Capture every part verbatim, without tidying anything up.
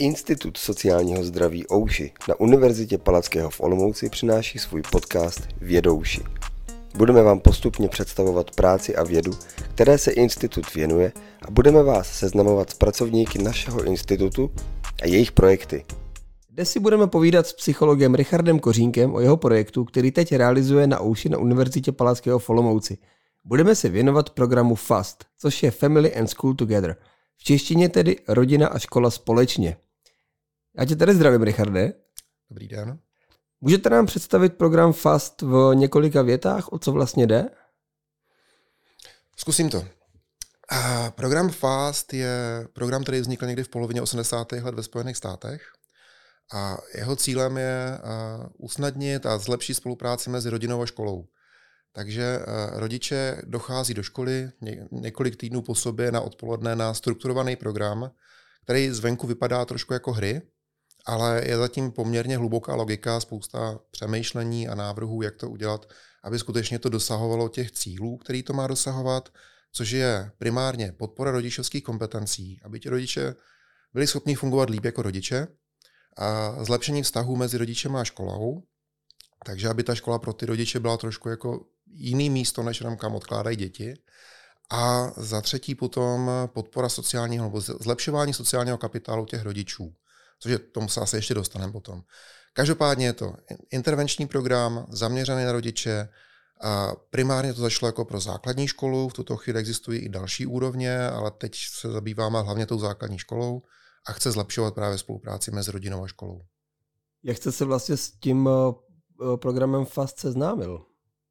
Institut sociálního zdraví Ouši na Univerzitě Palackého v Olomouci přináší svůj podcast Vědouši. Budeme vám postupně představovat práci a vědu, které se institut věnuje, a budeme vás seznamovat s pracovníky našeho institutu a jejich projekty. Dnes si budeme povídat s psychologem Richardem Kořínkem o jeho projektu, který teď realizuje na Ouši na Univerzitě Palackého v Olomouci. Budeme se věnovat programu FAST, což je Family and School Together. V češtině tedy rodina a škola společně. Já tě tady zdravím, Richarde. Dobrý den. Můžete nám představit program FAST v několika větách, o co vlastně jde? Zkusím to. Program FAST je program, který vznikl někdy v polovině osmdesátých let ve Spojených státech. A jeho cílem je usnadnit a zlepšit spolupráci mezi rodinou a školou. Takže rodiče dochází do školy několik týdnů po sobě na odpoledne na strukturovaný program, který zvenku vypadá trošku jako hry, ale je zatím poměrně hluboká logika, spousta přemýšlení a návrhů, jak to udělat, aby skutečně to dosahovalo těch cílů, který to má dosahovat, což je primárně podpora rodičovských kompetencí, aby ti rodiče byli schopni fungovat líp jako rodiče, a zlepšení vztahů mezi rodičem a školou, takže aby ta škola pro ty rodiče byla trošku jako jiný místo, než jenom kam odkládají děti. A za třetí potom podpora sociálního, nebo zlepšování sociálního kapitálu těch rodičů, což je, tomu se asi ještě dostaneme potom. Každopádně je to intervenční program, zaměřený na rodiče, a primárně to začalo jako pro základní školu, v tuto chvíli existují i další úrovně, ale teď se zabýváme hlavně tou základní školou a chce zlepšovat právě spolupráci mezi rodinou a školou. Jak jste se vlastně s tím programem FAST seznámil?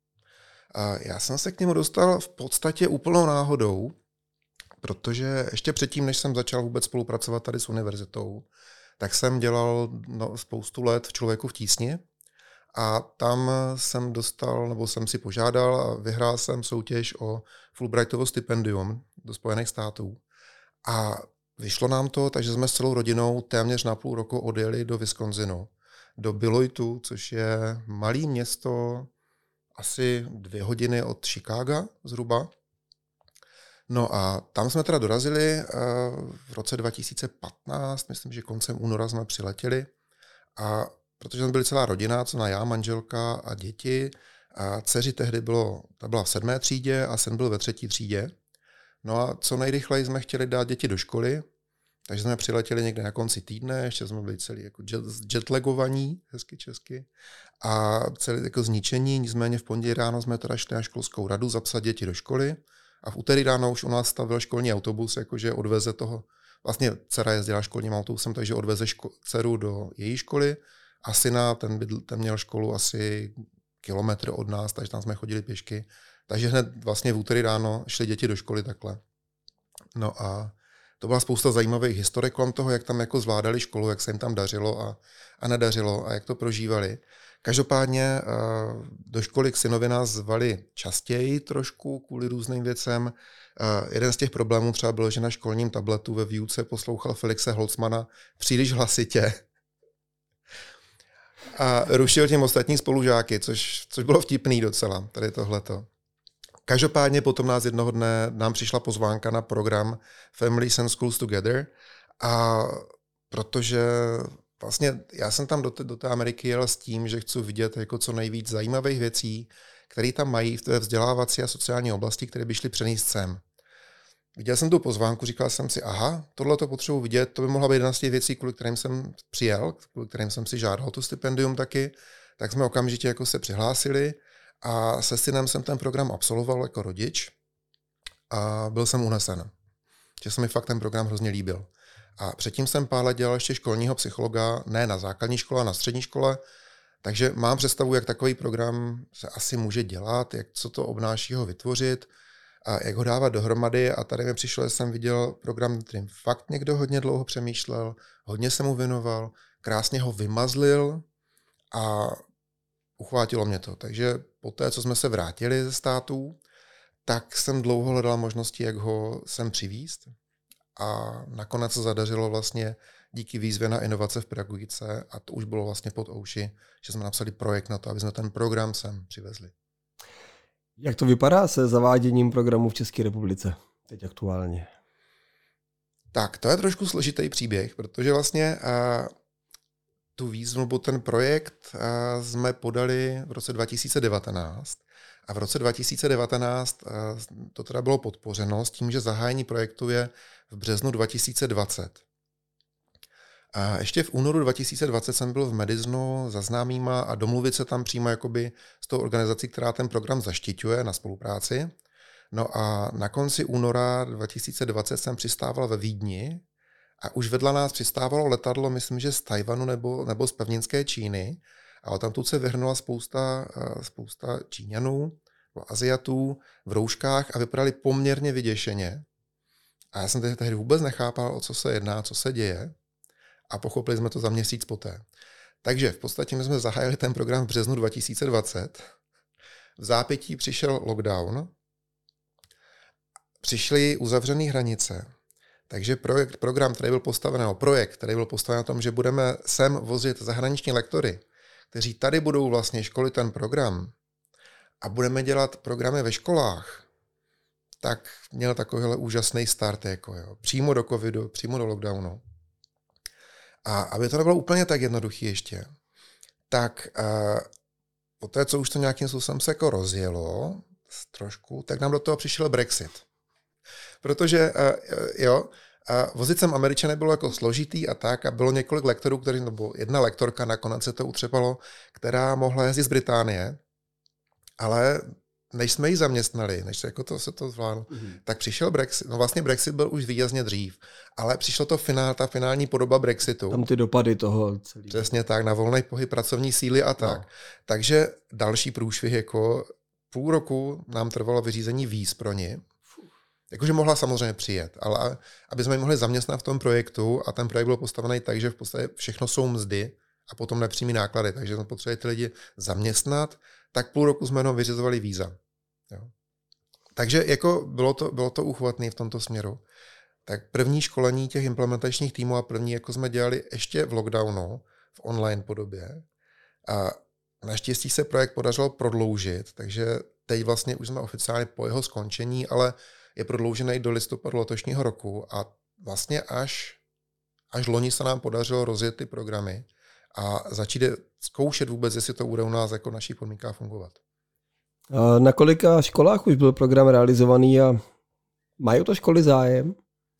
Já jsem se k němu dostal v podstatě úplnou náhodou, protože ještě předtím, než jsem začal vůbec spolupracovat tady s univerzitou, tak jsem dělal no, spoustu let v Člověku v tísni a tam jsem dostal, nebo jsem si požádal a vyhrál jsem soutěž o Fulbrightovo stipendium do Spojených států. A vyšlo nám to, takže jsme s celou rodinou téměř na půl roku odjeli do Wisconsinu, do Beloitu, což je malé město, asi dvě hodiny od Chicaga zhruba. No a tam jsme teda dorazili v roce dva tisíce patnáct, myslím, že koncem února jsme přiletěli. A protože jsme byli celá rodina, co na já, manželka a děti, a dceři tehdy bylo, ta byla v sedmé třídě a syn byl ve třetí třídě. No a co nejrychleji jsme chtěli dát děti do školy, takže jsme přiletěli někde na konci týdne, ještě jsme byli celý jako jet, jetlagovaní, hezky česky, a celý jako zničení, nicméně v pondělí ráno jsme teda šli na školskou radu zapsat děti do školy a v úterý ráno už u nás stavil školní autobus, jakože odveze toho, vlastně dcera jezdila školním autobusem, takže odveze ško- dceru do její školy a syna, ten, bydl, ten měl školu asi kilometr od nás, takže tam jsme chodili pěšky, takže hned vlastně v úterý ráno šli děti do školy takhle. No a to byla spousta zajímavých historik kolem toho, jak tam jako zvládali školu, jak se jim tam dařilo a, a nedařilo a jak to prožívali. Každopádně do školy k synovi nás zvali častěji trošku kvůli různým věcem. Jeden z těch problémů třeba byl, že na školním tabletu ve výuce poslouchal Felixe Holzmana příliš hlasitě a rušil tím ostatní spolužáky, což, což bylo vtipný docela, tady tohleto. Každopádně potom nás jednoho dne nám přišla pozvánka na program Families and Schools Together, a protože vlastně já jsem tam do té, do té Ameriky jel s tím, že chci vidět jako co nejvíc zajímavých věcí, které tam mají v té vzdělávací a sociální oblasti, které by šly přenést sem. Viděl jsem tu pozvánku, říkal jsem si, aha, tohle to potřebuji vidět, to by mohla být jedna z těch věcí, kvůli kterým jsem přijel, kvůli kterým jsem si žádal to stipendium taky, tak jsme okamžitě jako se přihlásili. A se synem jsem ten program absolvoval jako rodič a byl jsem unesen. Že se mi fakt ten program hrozně líbil. A předtím jsem pár let dělal ještě školního psychologa, ne na základní škole, na střední škole, takže mám představu, jak takový program se asi může dělat, jak co to obnáší ho vytvořit a jak ho dávat dohromady. A tady mi přišlo, že jsem viděl program, kterým fakt někdo hodně dlouho přemýšlel, hodně se mu věnoval, krásně ho vymazlil a uchvátilo mě to. Takže po té, co jsme se vrátili ze států, tak jsem dlouho hledal možnosti, jak ho sem přivízt. A nakonec se zadařilo vlastně díky výzvě na inovace v pedagogice, a to už bylo vlastně pod Ouši, že jsme napsali projekt na to, aby jsme ten program sem přivezli. Jak to vypadá se zaváděním programu v České republice teď aktuálně? Tak, to je trošku složitý příběh, protože vlastně uh, tu výzvu nebo ten projekt uh, jsme podali v roce dva tisíce devatenáct a v roce dva tisíce devatenáct uh, to teda bylo podpořeno s tím, že zahájení projektu je v březnu dva tisíce dvacet. A ještě v únoru dva tisíce dvacet jsem byl v Madisonu za známýma a domluvit se tam přímo jakoby s tou organizací, která ten program zaštiťuje na spolupráci. No a na konci února dva tisíce dvacet jsem přistával ve Vídni a už vedle nás přistávalo letadlo, myslím, že z Tajvanu nebo, nebo z pevninské Číny. A tamtud se vyhrnula spousta, spousta Číňanů, Aziatů v rouškách a vypadali poměrně vyděšeně. A já jsem tehdy, tehdy vůbec nechápal, o co se jedná, co se děje. A pochopili jsme to za měsíc poté. Takže v podstatě my jsme zahájili ten program v březnu dva tisíce dvacet. V zápětí přišel lockdown. Přišly uzavřené hranice. Takže projekt, program, který byl postaven, nebo projekt, který byl postaven na tom, že budeme sem vozit zahraniční lektory, kteří tady budou vlastně školit ten program a budeme dělat programy ve školách, tak měl takovýhle úžasný start, jako jo. Přímo do covidu, přímo do lockdownu. A aby to nebylo úplně tak jednoduché ještě, tak uh, po té, co už to nějakým způsobem se jako rozjelo trošku, tak nám do toho přišel Brexit. Protože uh, jo, uh, vozit sem Američany bylo jako složitý a tak a bylo několik lektorů, který, nebo jedna lektorka, nakonec se to utřepalo, která mohla jezdit z Británie, ale než jsme ji zaměstnali, než jako to se to zvládlo, mm. tak přišel Brexit. No vlastně Brexit byl už výrazně dřív, ale přišlo to finál, ta finální podoba Brexitu. Tam ty dopady toho celý. Přesně tak, na volný pohyb pracovní síly a tak. No. Takže další průšvih, jako půl roku nám trvalo vyřízení víz pro ní. Jakože mohla samozřejmě přijet, ale aby jsme ji mohli zaměstnat v tom projektu a ten projekt byl postavený tak, že v podstatě všechno jsou mzdy a potom nepřímý náklady, takže jsme potřebovali ty lidi zaměstnat, tak půl roku jsme jenom vyřizovali víza. Jo. Takže jako bylo to, bylo to uchvatné v tomto směru. Tak první školení těch implementačních týmů a první jako jsme dělali ještě v lockdownu, v online podobě. A naštěstí se projekt podařilo prodloužit, takže teď vlastně už jsme oficiálně po jeho skončení, ale je prodloužený do listopadu letošního roku a vlastně až, až loni se nám podařilo rozjet ty programy a začít zkoušet vůbec, jestli to bude u nás jako našich podmínkách fungovat. A na kolika školách už byl program realizovaný a mají to školy zájem?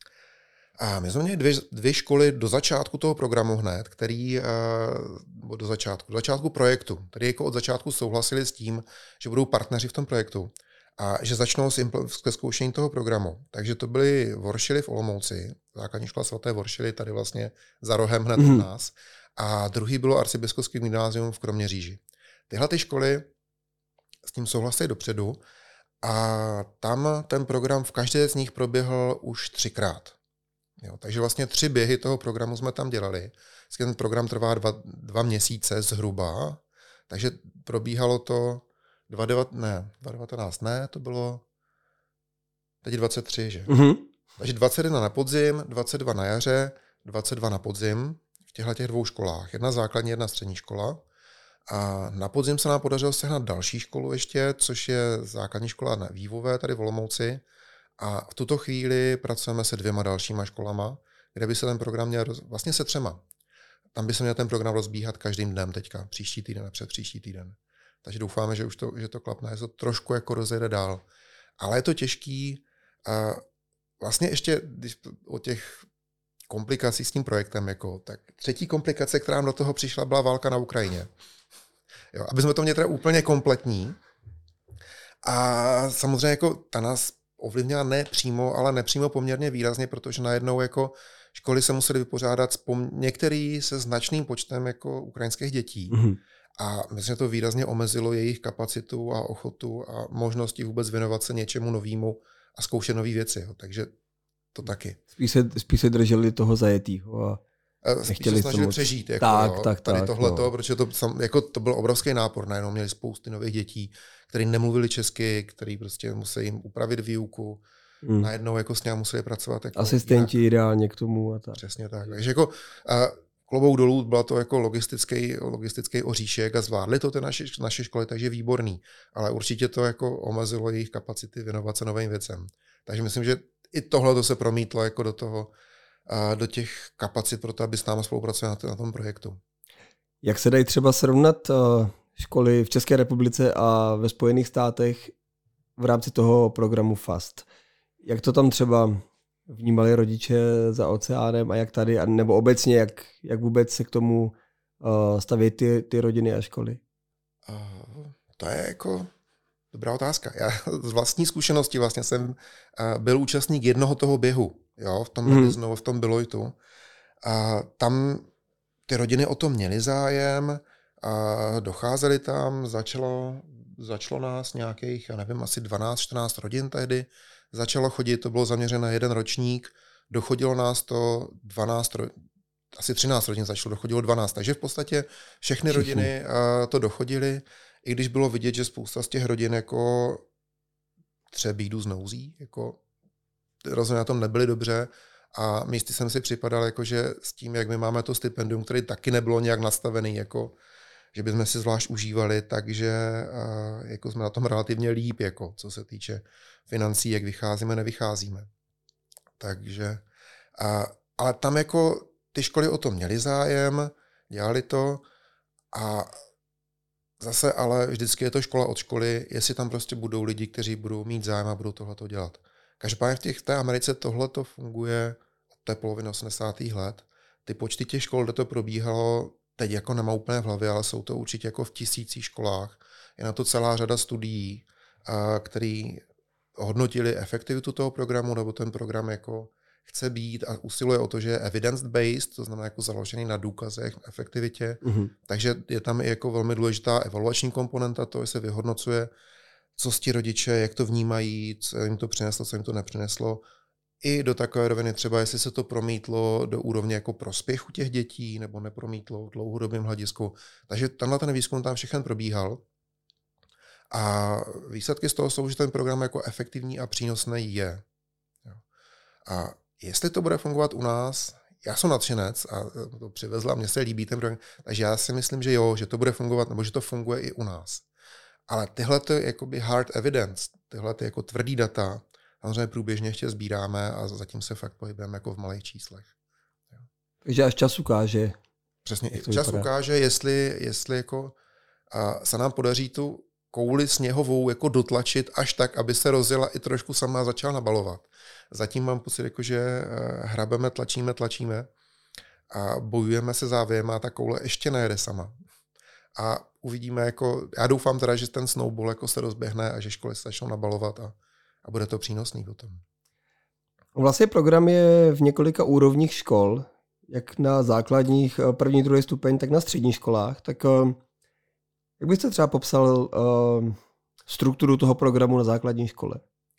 A my jsme měli dvě, dvě školy do začátku toho programu hned, který, uh, do začátku, do začátku projektu, který jako od začátku souhlasili s tím, že budou partneři v tom projektu a že začnou s, impl- s zkoušením toho programu. Takže to byly Voršily v Olomouci, základní škola svaté Voršily, tady vlastně za rohem hned mm. od nás. A druhý bylo Arcibiskupské gymnázium v Kroměříži. Tyhle ty školy s tím souhlasili dopředu a tam ten program v každé z nich proběhl už třikrát. Jo, takže vlastně tři běhy toho programu jsme tam dělali. Ten program trvá dva, dva měsíce zhruba, takže probíhalo to dva devatenáct, ne, to bylo teď dvacet tři, že? Mm-hmm. Takže dvacet jedna na podzim, dvacet dva na jaře, dvacet dva na podzim v těchto těch dvou školách. Jedna základní, jedna střední škola. A na podzim se nám podařilo sehnat další školu ještě, což je základní škola na Vývové tady v Olomouci. A v tuto chvíli pracujeme se dvěma dalšíma školama, kde by se ten program měl, roz... vlastně se třema. Tam by se měl ten program rozbíhat každým dnem teďka, příští týden a před příští týden. Takže doufáme, že už to, že to klapne, že to trošku jako rozjede dál. Ale je to těžký. A vlastně ještě když o těch komplikací s tím projektem, jako, tak třetí komplikace, která do toho přišla, byla válka na Ukrajině. Jo, aby jsme to měli teda úplně kompletní. A samozřejmě jako ta nás ovlivnila ne přímo, ale nepřímo poměrně výrazně, protože najednou jako školy se musely vypořádat s pom- některý se značným počtem jako ukrajinských dětí. Mm-hmm. A myslím, že to výrazně omezilo jejich kapacitu a ochotu a možnosti vůbec věnovat se něčemu novému a zkoušet nové věci. Jo. Takže to taky. Spíš se, spíš se drželi toho zajetýho a spíš se snažili moc přežít. Jako, tak, jo, tak, tady tak, tohleto, no. Protože to, jako, to byl obrovský nápor. Najednou měli spousty nových dětí, který nemluvili česky, který prostě museli jim upravit výuku. Hmm. Najednou jako s ním museli pracovat. Jako asistenti jinak. Ideálně k tomu. A tak. Přesně tak. Takže jako a klobouk dolů, byla to jako logistický, logistický oříšek a zvládli to ty naše, naše školy, takže výborný. Ale určitě to jako omezilo jejich kapacity věnovat se novým věcem. Takže myslím, že i tohle to se promítlo jako do toho, do těch kapacit pro to, aby s námi spolupracovali na tom projektu. Jak se dají třeba srovnat školy v České republice a ve Spojených státech v rámci toho programu FAST? Jak to tam třeba vnímali rodiče za oceánem a jak tady, nebo obecně, jak, jak vůbec se k tomu staví ty, ty rodiny a školy? Uh, to je jako dobrá otázka. Já z vlastní zkušenosti vlastně jsem uh, byl účastník jednoho toho běhu, jo, v tom mm. Mediznu, v tom Deloitu. A tam ty rodiny o to měly zájem, a docházeli tam, začalo, začalo nás nějakých, já nevím, asi dvanáct čtrnáct rodin tehdy, začalo chodit, to bylo zaměřeno na jeden ročník, dochodilo nás to dvanáct, asi třináct rodin začalo, dochodilo dvanáct, takže v podstatě všechny Všichni. rodiny to dochodily, i když bylo vidět, že spousta z těch rodin jako třeba bídu znouzí, jako rozhodně na tom nebyli dobře a místy jsem si připadal, jako, že s tím, jak my máme to stipendium, které taky nebylo nějak nastavený, jako, že bychom si zvlášť užívali, takže jako jsme na tom relativně líp, jako, co se týče financí, jak vycházíme, nevycházíme. Takže, a, ale tam jako ty školy o to měly zájem, dělali to a zase ale vždycky je to škola od školy, jestli tam prostě budou lidi, kteří budou mít zájem a budou tohleto dělat. Každopádně v, těch, v té Americe tohleto funguje od té poloviny osmdesátých let. Ty počty těch škol, kde to probíhalo, teď jako nemá úplně v hlavě, ale jsou to určitě jako v tisících školách. Je na to celá řada studií, který hodnotili efektivitu toho programu, nebo ten program jako chce být a usiluje o to, že je evidence-based, to znamená jako založený na důkazech, na efektivitě. Mm-hmm. Takže je tam i jako velmi důležitá evaluační komponenta, to se vyhodnocuje, co s ti rodiče, jak to vnímají, co jim to přineslo, co jim to nepřineslo. I do takové roviny třeba, jestli se to promítlo do úrovně jako prospěchu těch dětí, nebo nepromítlo v dlouhodobém hledisku. Takže tenhle ten výzkum tam všechen probíhal. A výsledky z toho jsou, že ten program jako efektivní a přínosný je. A jestli to bude fungovat u nás, já jsem nadšenec a to přivezla, mně se líbí ten program, takže já si myslím, že jo, že to bude fungovat, nebo že to funguje i u nás. Ale tyhle to jakoby hard evidence, tyhle ty jako tvrdý data, samozřejmě průběžně ještě sbíráme a zatím se fakt pohybujeme jako v malých číslech. Takže až čas ukáže. Přesně, čas vypadá. ukáže, jestli, jestli jako a se nám podaří tu kouli sněhovou jako dotlačit až tak, aby se rozjela i trošku sama a začala nabalovat. Zatím mám pocit, jako, že hrabeme, tlačíme, tlačíme a bojujeme se závěrem a ta koule ještě nejede sama. A uvidíme, jako, já doufám teda, že ten snowball jako se rozběhne a že školy se začnou nabalovat a, a bude to přínosný potom. Vlastně program je v několika úrovních škol, jak na základních první, druhý stupeň, tak na středních školách. Tak jak byste třeba popsal uh, strukturu toho programu na základní škole?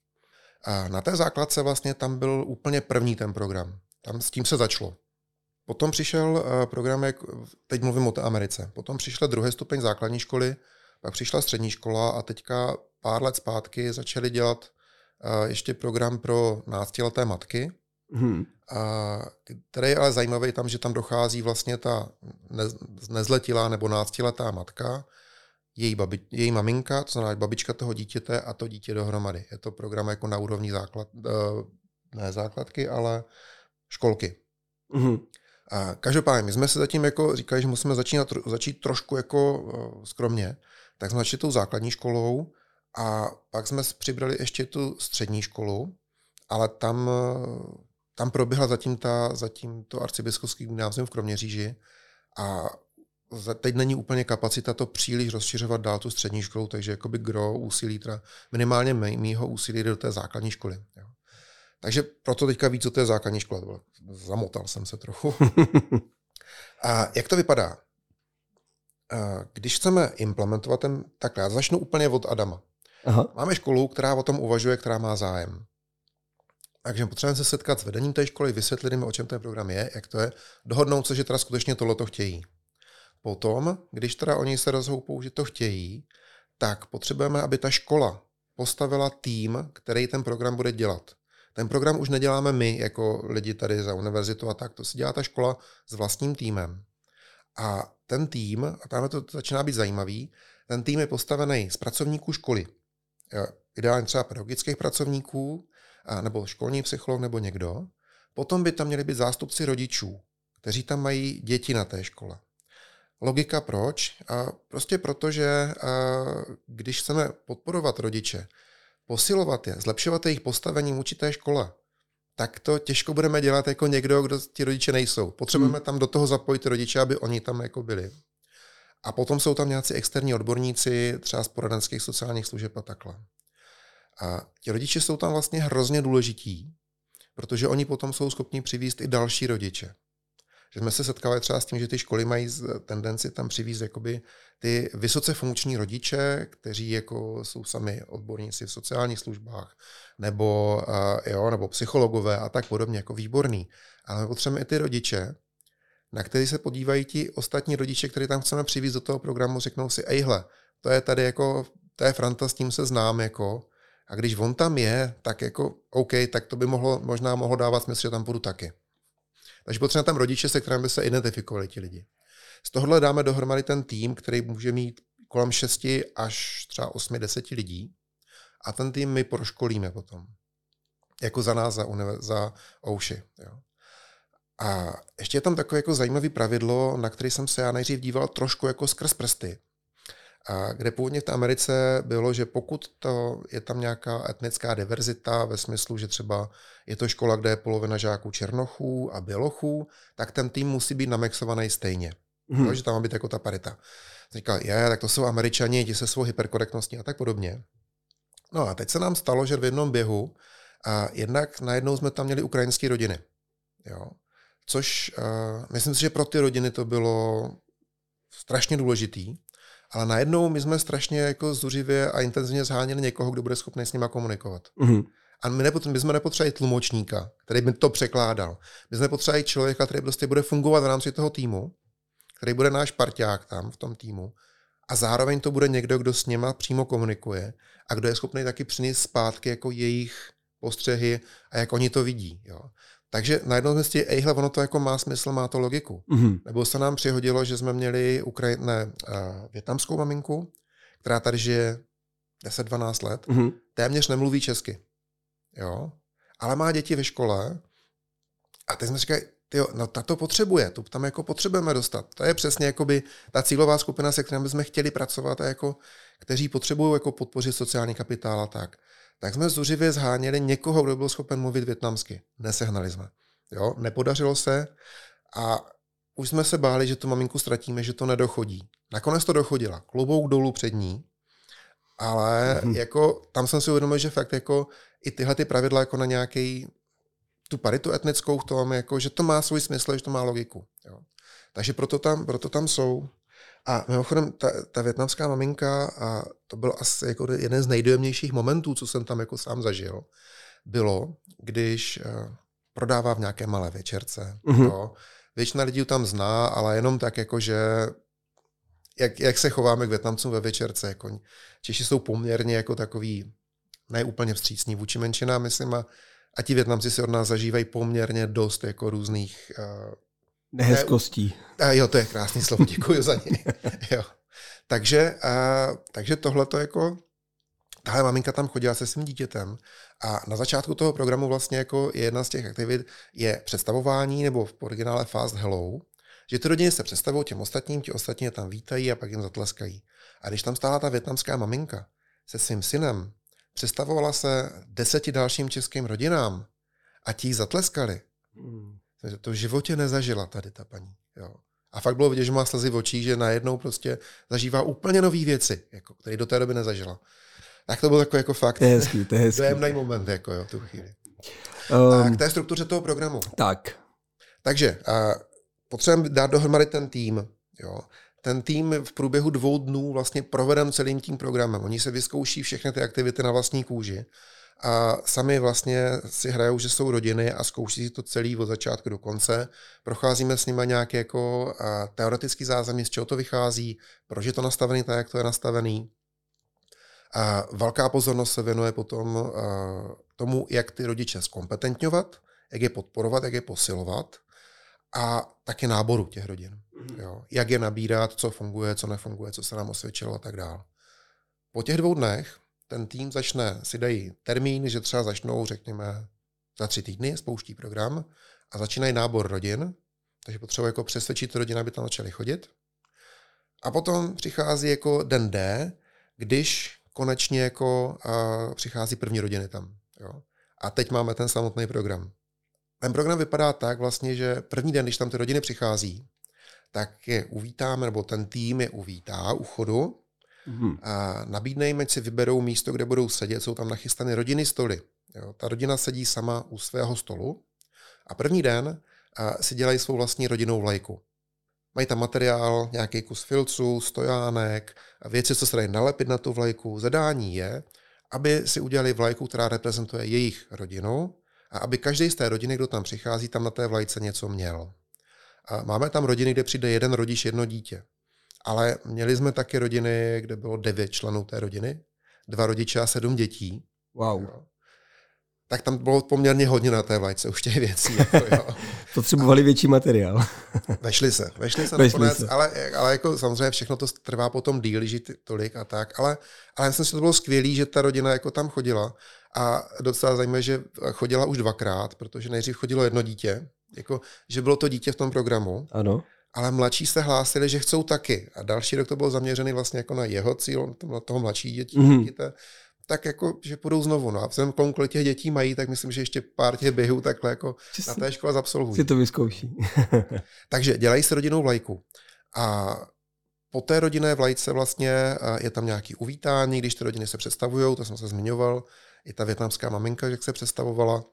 A na té základce vlastně tam byl úplně první ten program. Tam s tím se začalo. Potom přišel uh, program, jak, teď mluvím o té Americe, potom přišel druhý stupeň základní školy, pak přišla střední škola a teďka pár let zpátky začali dělat uh, ještě program pro náctileté matky, hmm. uh, který je ale zajímavý tam, že tam dochází vlastně ta nez, nezletilá nebo náctiletá matka, její, babi, její maminka, to znamená babička toho dítěte a to dítě dohromady. Je to program jako na úrovni základ, uh, ne základky, ale školky. Hmm. A každopádně, my jsme se zatím jako říkali, že musíme začínat, začít trošku jako uh, skromně, tak jsme začali tou základní školou a pak jsme přibrali ještě tu střední školu, ale tam, uh, tam proběhla zatím, ta, zatím to arcibiskupský gymnázium v Kroměříži a teď není úplně kapacita to příliš rozšiřovat dál tu střední školu, takže jakoby gro úsilí, teda minimálně mýho úsilí do té základní školy. Jo. Takže proto teďka víc, co to je základní škola. Zamotal jsem se trochu. A jak to vypadá? Když chceme implementovat ten, tak já začnu úplně od Adama. Aha. Máme školu, která o tom uvažuje, která má zájem. Takže potřebujeme se setkat s vedením té školy, vysvětlit jim, o čem ten program je, jak to je, dohodnout se, že teda skutečně tohleto chtějí. Potom, když teda oni se rozhoupou, že to chtějí, tak potřebujeme, aby ta škola postavila tým, který ten program bude dělat. Ten program už neděláme my, jako lidi tady za univerzitu a tak, to si dělá ta škola s vlastním týmem. A ten tým, a tam to začíná být zajímavý, ten tým je postavený z pracovníků školy. Ideálně třeba pedagogických pracovníků, nebo školní psycholog, nebo někdo. Potom by tam měli být zástupci rodičů, kteří tam mají děti na té škole. Logika proč? A prostě proto, že když chceme podporovat rodiče, posilovat je, zlepšovat jejich postavení vůči té škole, tak to těžko budeme dělat jako někdo, kdo ti rodiče nejsou. Potřebujeme hmm. tam do toho zapojit rodiče, aby oni tam jako byli. A potom jsou tam nějací externí odborníci, třeba z poradenských sociálních služeb a takhle. A ti rodiče jsou tam vlastně hrozně důležití, protože oni potom jsou schopni přivést i další rodiče. Že jsme se setkali třeba s tím, že ty školy mají tendenci tam přivést jakoby ty vysoce funkční rodiče, kteří jako jsou sami odborníci v sociálních službách, nebo, uh, jo, nebo psychologové a tak podobně, jako výborný. Ale my potřebujeme i ty rodiče, na který se podívají ti ostatní rodiče, který tam chceme přivést do toho programu, řeknou si, ejhle, to je tady jako, to je Franta, s tím se znám, jako, a když on tam je, tak jako, OK, tak to by mohlo, možná mohlo dávat smysl, že tam půjdu taky. Takže potřebujeme tam rodiče, se kterými by se identifikovali ti lidi. Z tohohle dáme dohromady ten tým, který může mít kolem šesti až třeba osmi, deseti lidí a ten tým my proškolíme potom. Jako za nás, za, univer- za Ouši. Jo. A ještě je tam takové jako zajímavé pravidlo, na které jsem se já nejdřív díval trošku jako skrz prsty. A kde původně v té Americe bylo, že pokud to je tam nějaká etnická diverzita ve smyslu, že třeba je to škola, kde je polovina žáků černochů a bělochů, tak ten tým musí být namixovaný stejně. Hmm. Takže tam má být jako ta parita. Říkal, je, tak to jsou Američani, ti se svou hyperkorektností a tak podobně. No a teď se nám stalo, že v jednom běhu a jednak najednou jsme tam měli ukrajinské rodiny. Jo. Což uh, myslím si, že pro ty rodiny to bylo strašně důležitý. Ale najednou my jsme strašně jako zuřivě a intenzivně zháněli někoho, kdo bude schopný s nima komunikovat. Mm-hmm. A my, nepotřebujeme, my jsme nepotřebovali tlumočníka, který by to překládal. My jsme potřebovali člověka, který prostě bude fungovat v rámci toho týmu, který bude náš parťák tam v tom týmu a zároveň to bude někdo, kdo s nima přímo komunikuje a kdo je schopný taky přinést zpátky jako jejich postřehy a jak oni to vidí. Jo. Takže najednou jsme si ejhle, ono to jako má smysl, má to logiku. Mm-hmm. Nebo se nám přihodilo, že jsme měli Ukraj... ne, uh, vietnamskou maminku, která tady žije deset dvanáct let, mm-hmm. téměř nemluví česky. Jo? Ale má děti ve škole a teď jsme říkali, tyjo, no ta to potřebuje, tu tam jako potřebujeme dostat. To je přesně jakoby ta cílová skupina, se kterou bychom chtěli pracovat a jako, kteří potřebují jako podpořit sociální kapitál a tak. Tak jsme zuřivě zháněli někoho, kdo byl schopen mluvit vietnamsky. Nesehnali jsme. Jo? Nepodařilo se a už jsme se báli, že tu maminku ztratíme, že to nedochodí. Nakonec to dochodila. Klobouk dolů před ní, ale mm. jako, tam jsem si uvědomil, že fakt jako i tyhle ty pravidla jako na nějaký tu paritu etnickou v tom, jako, že to má svůj smysl, že to má logiku. Jo? Takže proto tam, proto tam jsou. A mimochodem, ta, ta vietnamská maminka, a to byl asi jako jeden z nejdojemnějších momentů, co jsem tam jako sám zažil, bylo, když uh, prodává v nějaké malé večerce. Mm-hmm. Jo. Většina lidí tam zná, ale jenom tak, jako že jak, jak se chováme k Vietnamcům ve večerce. Jako, Češi jsou poměrně jako takový neúplně vstřícní vůči menšinám, myslím, a, a ti Vietnamci si od nás zažívají poměrně dost jako různých uh, nehezkostí. A jo, to je krásný slovo, děkuji za něj. Jo. Takže, a, takže tohle to jako, tahle maminka tam chodila se svým dítětem a na začátku toho programu vlastně jako je jedna z těch aktivit je představování nebo v originále Fast Hello, že ty rodiny se představují těm ostatním, ti ostatní je tam vítají a pak jim zatleskají. A když tam stála ta vietnamská maminka se svým synem, představovala se deseti dalším českým rodinám a ti jí zatleskali. Hmm. To v životě nezažila tady ta paní. Jo. A fakt bylo vidět, že má slzy v očích, že najednou prostě zažívá úplně nové věci, jako, které do té doby nezažila. Tak to byl takový jako fakt. To je hezký, to je hezký. Dojemný moment, jako jo, tu chvíli. Um, a k té struktuře toho programu. Tak. Takže a potřebujeme dát dohromady ten tým. Jo. Ten tým v průběhu dvou dnů vlastně provedem celým tím programem. Oni se vyzkouší všechny ty aktivity na vlastní kůži. A sami vlastně si hrajou, že jsou rodiny a zkouší si to celý od začátku do konce. Procházíme s nimi nějaké jako teoretický zázemí, z čeho to vychází, proč je to nastavený tak, jak to je nastavený. A velká pozornost se věnuje potom tomu, jak ty rodiče zkompetentňovat, jak je podporovat, jak je posilovat a taky náboru těch rodin. Jo. Jak je nabírat, co funguje, co nefunguje, co se nám osvědčilo a tak dále. Po těch dvou dnech ten tým začne, si dají termín, že třeba začnou, řekněme, za tři týdny spouští program a začínají nábor rodin, takže potřebuje jako přesvědčit rodiny, aby tam začaly chodit. A potom přichází jako den D, když konečně jako uh, přichází první rodiny tam. Jo. A teď máme ten samotný program. Ten program vypadá tak vlastně, že první den, když tam ty rodiny přichází, tak je uvítáme, nebo ten tým je uvítá u chodu mm. a nabídne jim, ať si vyberou místo, kde budou sedět, jsou tam nachystané rodiny stoly. Jo. Ta rodina sedí sama u svého stolu a první den a, si dělají svou vlastní rodinnou vlajku. Mají tam materiál, nějaký kus filců, stojánek, věci, co se dají nalepit na tu vlajku. Zadání je, aby si udělali vlajku, která reprezentuje jejich rodinu a aby každý z té rodiny, kdo tam přichází, tam na té vlajce něco měl. A máme tam rodiny, kde přijde jeden rodič, jedno dítě. Ale měli jsme taky rodiny, kde bylo devět členů té rodiny, dva rodiče a sedm dětí. Wow. Jo. Tak tam bylo poměrně hodně na té vlajce už těch věcí. Jako, jo. Potřebovali větší materiál. Vešli se, vešli se vešli nakonec, se. ale, ale jako samozřejmě všechno to trvá potom díl, že tolik a tak, ale, ale myslím si, že to bylo skvělé, že ta rodina jako tam chodila a docela zajímavé, že chodila už dvakrát, protože nejdřív chodilo jedno dítě, jako, že bylo to dítě v tom programu, ano. Ale mladší se hlásili, že chcou taky a další rok to bylo zaměřený vlastně jako na jeho cíl, na toho mladší dětí, mm-hmm. dítěte, tak jako, že půjdou znovu. No a vzhledem k tomu, kolik těch dětí mají, tak myslím, že ještě pár těch běhů takhle jako na té škole zabsolvují. Si to vyzkouší. Takže dělají si rodinnou vlajku. A po té rodinné vlajce vlastně je tam nějaký uvítání, když ty rodiny se představují, to jsem se zmiňoval, i ta vietnamská maminka, jak se představovala.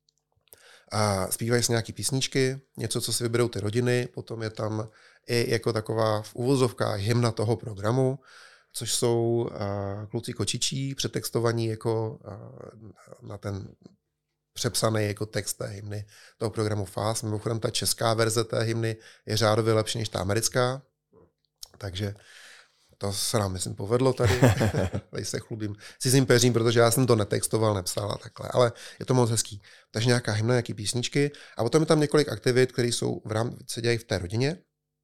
A zpívají se nějaký písničky, něco, co si vyberou ty rodiny, potom je tam i jako taková v uvozovkách hymna toho programu, což jsou uh, kluci kočičí, přetextovaní jako uh, na ten přepsaný jako text té hymny toho programu F A S. Mimochodem ta česká verze té hymny je řádově lepší než ta americká, takže to se nám, myslím, povedlo tady. Tady se chlubím cizím peřím, protože já jsem to netextoval, nepsal a takhle, ale je to moc hezký. Takže nějaká hymna, nějaký písničky a potom je tam několik aktivit, které jsou v rámci, se dělají v té rodině,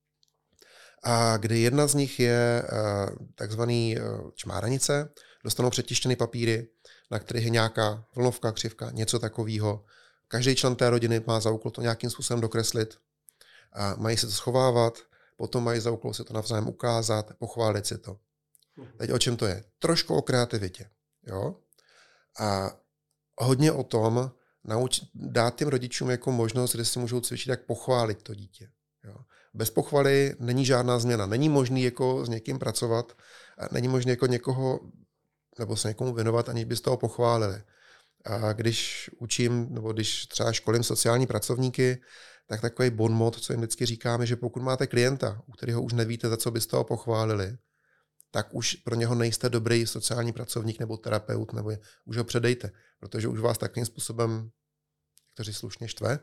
a kdy jedna z nich je uh, takzvaný uh, čmáranice, dostanou přetištěný papíry, na kterých je nějaká vlnovka, křivka, něco takového. Každý člen té rodiny má za úkol to nějakým způsobem dokreslit. A mají se to schovávat, potom mají za úkol si to navzájem ukázat, pochválit si to. Teď o čem to je? Trošku o kreativitě. Jo? A hodně o tom nauč, dát těm rodičům jako možnost, kde si můžou cvičit, jak pochválit to dítě. Jo? Bez pochvaly není žádná změna. Není možný jako s někým pracovat, není možné jako někoho nebo se někomu věnovat, aniž byste toho pochválili. A když učím, nebo když třeba školím sociální pracovníky, tak takový bon mot, co jim vždycky říkáme, že pokud máte klienta, u kterého už nevíte, za co byste ho pochválili, tak už pro něho nejste dobrý sociální pracovník nebo terapeut, nebo je, už ho předejte, protože už vás takovým způsobem, kteří slušně štve.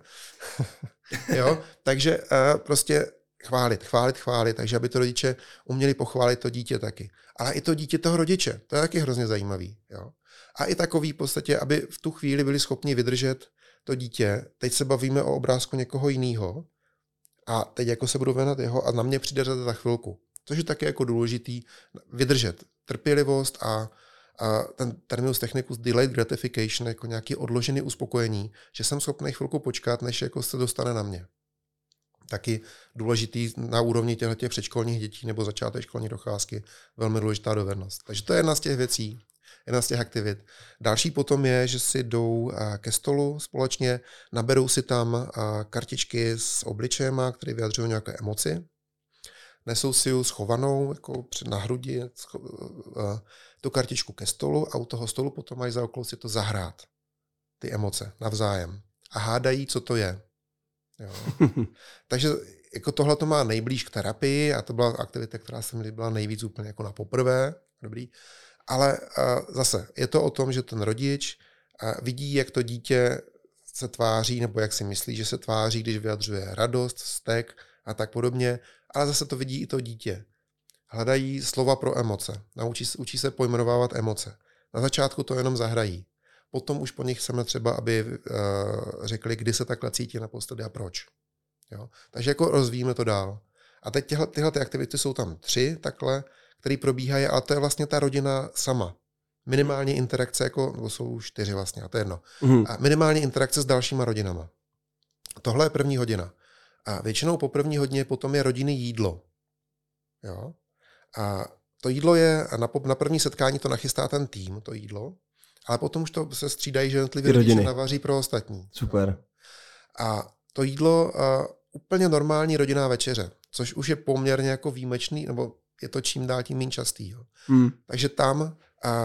Jo? Takže uh, prostě chválit, chválit, chválit, takže aby to rodiče uměli pochválit to dítě taky. Ale i to dítě toho rodiče, to je taky hrozně zajímavý. Jo? A i takový v podstatě, aby v tu chvíli byli schopni vydržet to dítě. Teď se bavíme o obrázku někoho jiného a teď jako se budu věnovat jeho a na mě přijde za chvilku. Což je taky jako důležitý vydržet. Trpělivost a, a ten terminus technicus delayed gratification, jako nějaký odložený uspokojení, že jsem schopný chvilku počkat, než jako se dostane na mě. Taky důležitý na úrovni těchto předškolních dětí nebo začátečškolní docházky, velmi důležitá dovednost. Takže to je jedna z těch věcí, jedna z těch aktivit. Další potom je, že si jdou ke stolu společně, naberou si tam kartičky s obličejema, které vyjadřují nějaké emoci. Nesou si ji schovanou jako na hrudi, tu kartičku ke stolu a u toho stolu potom mají za úkol si to zahrát. Ty emoce navzájem. A hádají, co to je. Jo. Takže jako tohle to má nejblíž k terapii a to byla aktivita, která se mi líbila nejvíc úplně jako na poprvé. Dobrý. Ale uh, zase je to o tom, že ten rodič uh, vidí, jak to dítě se tváří, nebo jak si myslí, že se tváří, když vyjadřuje radost, vztek a tak podobně, ale zase to vidí i to dítě. Hledají slova pro emoce, naučí učí se pojmenovávat emoce. Na začátku to jenom zahrají. Potom už po nich chceme třeba, aby uh, řekli, kdy se takhle cítí naposledy a proč. Jo? Takže jako rozvíjíme to dál. A teď tyhle, tyhle ty aktivity jsou tam tři takhle, které probíhají, ale to je vlastně ta rodina sama. minimální interakce, jako, nebo jsou čtyři vlastně, a to je jedno. Mm. A minimální interakce s dalšíma rodinama. Tohle je první hodina. A většinou po první hodině potom je rodinné jídlo. Jo? A to jídlo je, na, na první setkání to nachystá ten tým, to jídlo, ale potom už to se střídají, že jednotlivě rodiče navaří pro ostatní. Super. A to jídlo, uh, úplně normální rodinná večeře, což už je poměrně jako výjimečný, nebo je to čím dál tím méně častý. Jo. Hmm. Takže tam uh,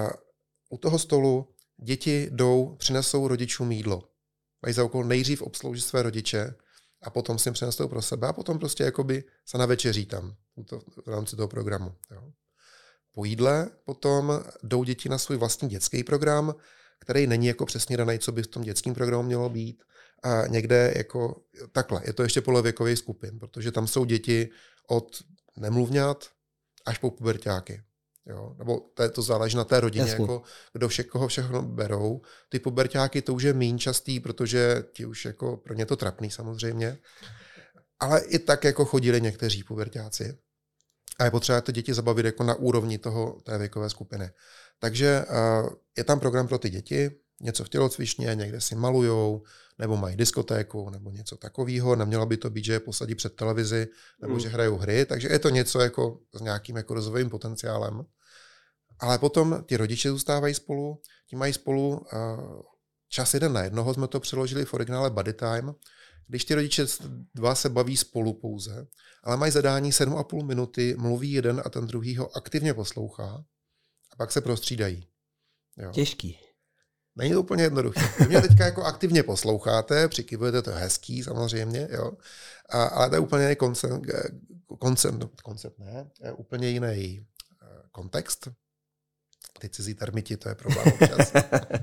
u toho stolu děti jdou, přinesou rodičům jídlo. Mají za úkol nejdřív obsloužit své rodiče a potom si jim přinesou pro sebe a potom prostě jakoby se navečeří tam v rámci toho programu. Jo. Po jídle potom jdou děti na svůj vlastní dětský program, který není jako přesně daný, co by v tom dětském programu mělo být. A někde jako takhle, je to ještě podle věkových skupin, protože tam jsou děti od nemluvňat až po puberťáky. Jo? Nebo to, to záleží na té rodině, jako, kdo vše, koho všechno berou. Ty puberťáky to už je méně častý, protože ti už jako, pro ně to trapný samozřejmě. Ale i tak jako chodili někteří puberťáci. A je potřeba ty děti zabavit jako na úrovni toho, té věkové skupiny. Takže uh, je tam program pro ty děti, něco v tělocvičně, někde si malujou, nebo mají diskotéku, nebo něco takového. Nemělo by to být, že je posadí před televizi, nebo mm. že hrajou hry, takže je to něco jako s nějakým jako rozvojovým potenciálem. Ale potom ty rodiče zůstávají spolu, ti mají spolu uh, čas jeden na jednoho, jsme to přeložili v originále Buddy Time, když ty rodiče dva se baví spolu pouze, ale mají zadání sedm a půl minuty, mluví jeden a ten druhý ho aktivně poslouchá a pak se prostřídají. Jo. Těžký. Není to úplně jednoduché. Vy mě teďka jako aktivně posloucháte, přikivujete, to je hezký samozřejmě, jo. A, ale to je úplně jiný koncept, koncept, koncept ne, je úplně jiný kontext. Ty cizí termiti, to je problém občas.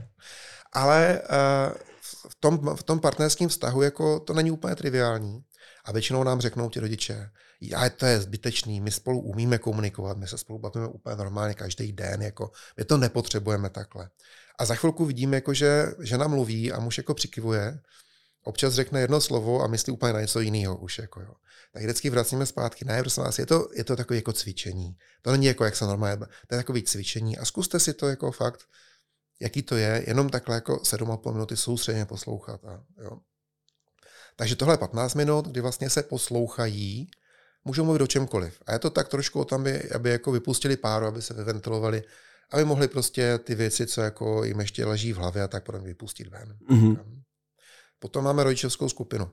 Ale uh, v tom, v tom partnerském vztahu jako to není úplně triviální. A většinou nám řeknou ti rodiče, já, to je zbytečný, my spolu umíme komunikovat, my se spolu bavíme úplně normálně každý den, jako, my to nepotřebujeme takhle. A za chvilku vidíme, jako, že žena mluví a muž jako přikivuje, občas řekne jedno slovo a myslí úplně na něco jiného už. Jako, jo. Tak vždycky vracíme zpátky. Ne, prosím vás, je to, je to takové jako cvičení. To není jako, jak se normálně, to je takové cvičení a zkuste si to jako fakt, jaký to je, jenom takhle jako sedm a půl minuty soustředně poslouchat. A, jo. Takže tohle je patnáct minut, kdy vlastně se poslouchají, můžou mluvit o čemkoliv. A je to tak trošku o tom, aby, aby jako vypustili páru, aby se vyventilovali, aby mohli prostě ty věci, co jako jim ještě leží v hlavě, a tak potom vypustit ven. Mm-hmm. Potom máme rodičovskou skupinu.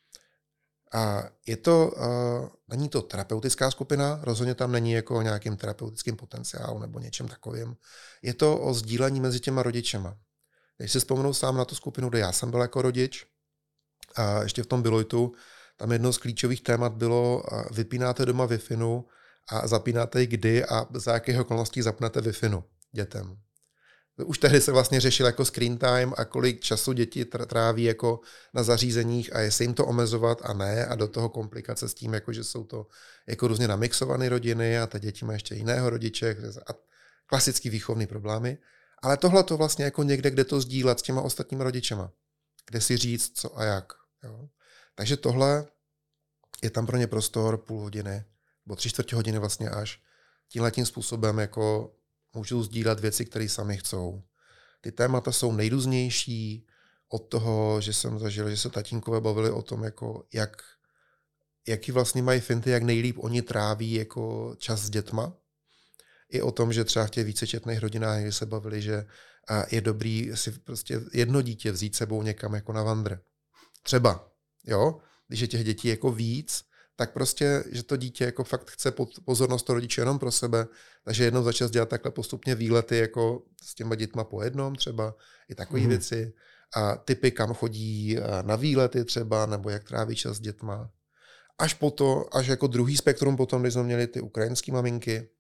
A je to, uh, není to terapeutická skupina, rozhodně tam není jako nějakým terapeutickým potenciálem nebo něčem takovým. Je to o sdílení mezi těma rodičema. Když si vzpomenu sám na tu skupinu, kde já jsem byl jako rodič, a ještě v tom Deloitu, tam jedno z klíčových témat bylo, vypínáte doma Wi-Fi a zapínáte ji kdy a za jakých okolností zapnete Wi-Fi dětem. Už tehdy se vlastně řešil jako screen time a kolik času děti tráví jako na zařízeních a jestli jim to omezovat a ne a do toho komplikace s tím, jako že jsou to jako různě namixované rodiny a ty děti mají ještě jiného rodiče a klasický výchovný problémy. Ale tohle to vlastně jako někde, kde to sdílet s těma ostatníma rodičema. Kde si říct co a jak. Jo. Takže tohle je tam pro ně prostor půl hodiny, nebo tři čtvrtě hodiny vlastně až. Tímhletím způsobem jako můžou sdílet věci, které sami chcou. Ty témata jsou nejrůznější od toho, že jsem zažil, že se tatínkové bavili o tom, jako jak, jaký vlastně mají finty, jak nejlíp oni tráví jako čas s dětma. I o tom, že třeba v těch vícečetných rodinách se bavili, že je dobrý si prostě jedno dítě vzít sebou někam jako na vandr. Třeba, jo, když je těch dětí jako víc, tak prostě, že to dítě jako fakt chce pozornost toho rodiče jenom pro sebe, takže jednou za čas dělat takhle postupně výlety jako s těma dětma po jednom třeba, i takové mm. věci. A typy, kam chodí na výlety třeba, nebo jak tráví čas s dětma. Až po to, až jako druhý spektrum potom, když jsme měli ty ukrajinské maminky,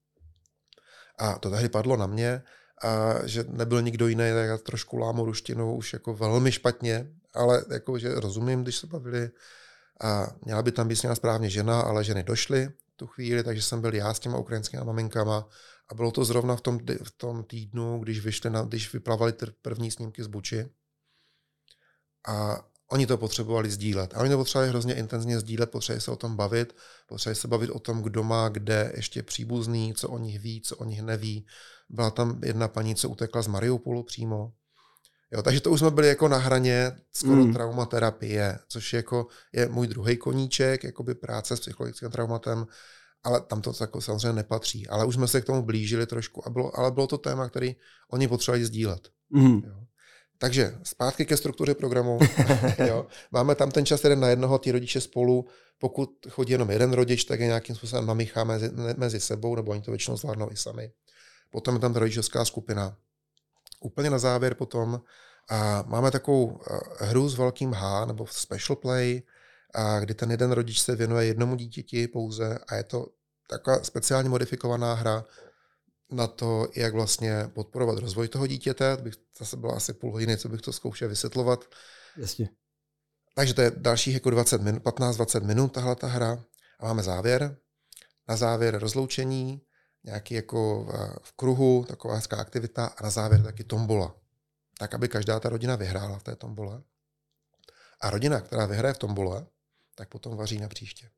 a to tehdy padlo na mě, a že nebyl nikdo jiný, tak já trošku lámu ruštinu už jako velmi špatně, ale jako, že rozumím, když se bavili. A měla by tam být správně žena, ale ženy došly tu chvíli, takže jsem byl já s těma ukrajinskými maminkama a bylo to zrovna v tom, v tom týdnu, když, vyšli na, když vyplavali první snímky z Buči. A oni to potřebovali sdílet. A oni to potřebovali hrozně intenzivně sdílet, potřebovali se o tom bavit, potřebovali se bavit o tom, kdo má kde ještě příbuzný, co o nich ví, co o nich neví. Byla tam jedna paní, co utekla z Mariupolu přímo. Jo, takže to už jsme byli jako na hraně skoro mm. traumaterapie, což je, jako, je můj druhý koníček, jakoby práce s psychologickým traumatem, ale tam to jako samozřejmě nepatří. Ale už jsme se k tomu blížili trošku, a bylo, ale bylo to téma, který oni potřebovali sdílet. Mm. Jo. Takže zpátky ke struktuře programu. Jo. Máme tam ten čas jeden na jednoho, ty rodiče spolu. Pokud chodí jenom jeden rodič, tak je nějakým způsobem namíchá mezi, mezi sebou, nebo oni to většinou zvládnou i sami. Potom je tam ta rodičovská skupina. Úplně na závěr potom a máme takovou hru s velkým H, nebo special play, a kdy ten jeden rodič se věnuje jednomu dítěti pouze a je to taková speciálně modifikovaná hra na to, jak vlastně podporovat rozvoj toho dítěte. To bych zase byla asi půl hodiny, co bych to zkoušel vysvětlovat. Jasně. Takže to je dalších jako dvacet minut, patnáct dvacet minut tahle ta hra. A máme závěr. Na závěr rozloučení, nějaký jako v kruhu, taková hezká aktivita a na závěr taky tombola. Tak, aby každá ta rodina vyhrála v té tombole. A rodina, která vyhraje v tombole, tak potom vaří na příště.